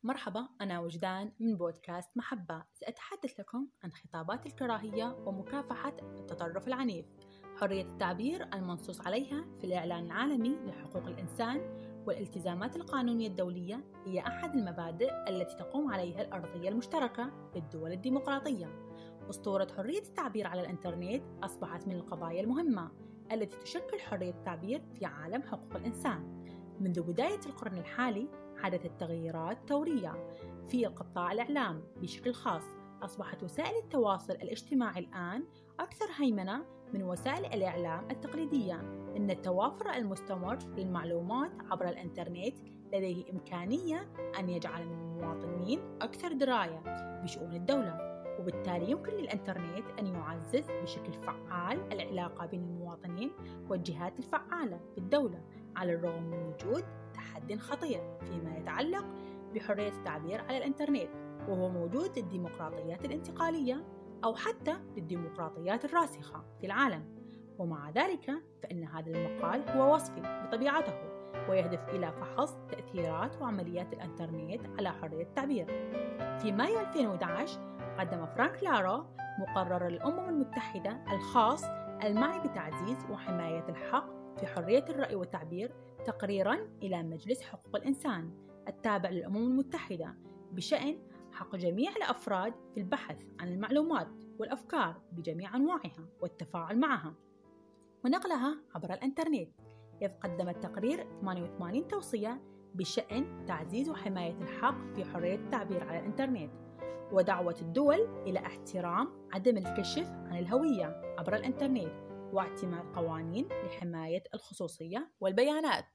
مرحبا، أنا وجدان من بودكاست محبة. سأتحدث لكم عن خطابات الكراهية ومكافحة التطرف العنيف. حرية التعبير المنصوص عليها في الإعلان العالمي لحقوق الإنسان والالتزامات القانونية الدولية هي أحد المبادئ التي تقوم عليها الأرضية المشتركة للدول الديمقراطية. أسطورة حرية التعبير على الإنترنت أصبحت من القضايا المهمة التي تشكل حرية التعبير في عالم حقوق الإنسان. منذ بداية القرن الحالي حدثت تغييرات ثورية في قطاع الإعلام بشكل خاص. أصبحت وسائل التواصل الاجتماعي الآن أكثر هيمنة من وسائل الإعلام التقليدية. إن التوافر المستمر للمعلومات عبر الإنترنت لديه إمكانية أن يجعل من المواطنين أكثر دراية بشؤون الدولة، وبالتالي يمكن للإنترنت أن يعزز بشكل فعال العلاقة بين المواطنين والجهات الفعالة بالدولة، على الرغم من وجود تحد خطير فيما يتعلق بحرية التعبير على الإنترنت، وهو موجود للديمقراطيات الانتقالية أو حتى للديمقراطيات الراسخة في العالم. ومع ذلك فإن هذا المقال هو وصفي بطبيعته، ويهدف إلى فحص تأثيرات وعمليات الإنترنت على حرية التعبير. في مايو 2011 قدم فرانك لارو مقرر الأمم المتحدة الخاص المعني بتعزيز وحماية الحق في حرية الرأي والتعبير تقريراً إلى مجلس حقوق الإنسان التابع للأمم المتحدة بشأن حق جميع الأفراد في البحث عن المعلومات والأفكار بجميع أنواعها والتفاعل معها ونقلها عبر الإنترنت، إذ قدم التقرير 88 توصية بشأن تعزيز وحماية الحق في حرية التعبير على الإنترنت، ودعوة الدول إلى احترام عدم الكشف عن الهوية عبر الإنترنت واعتماد قوانين لحماية الخصوصية والبيانات.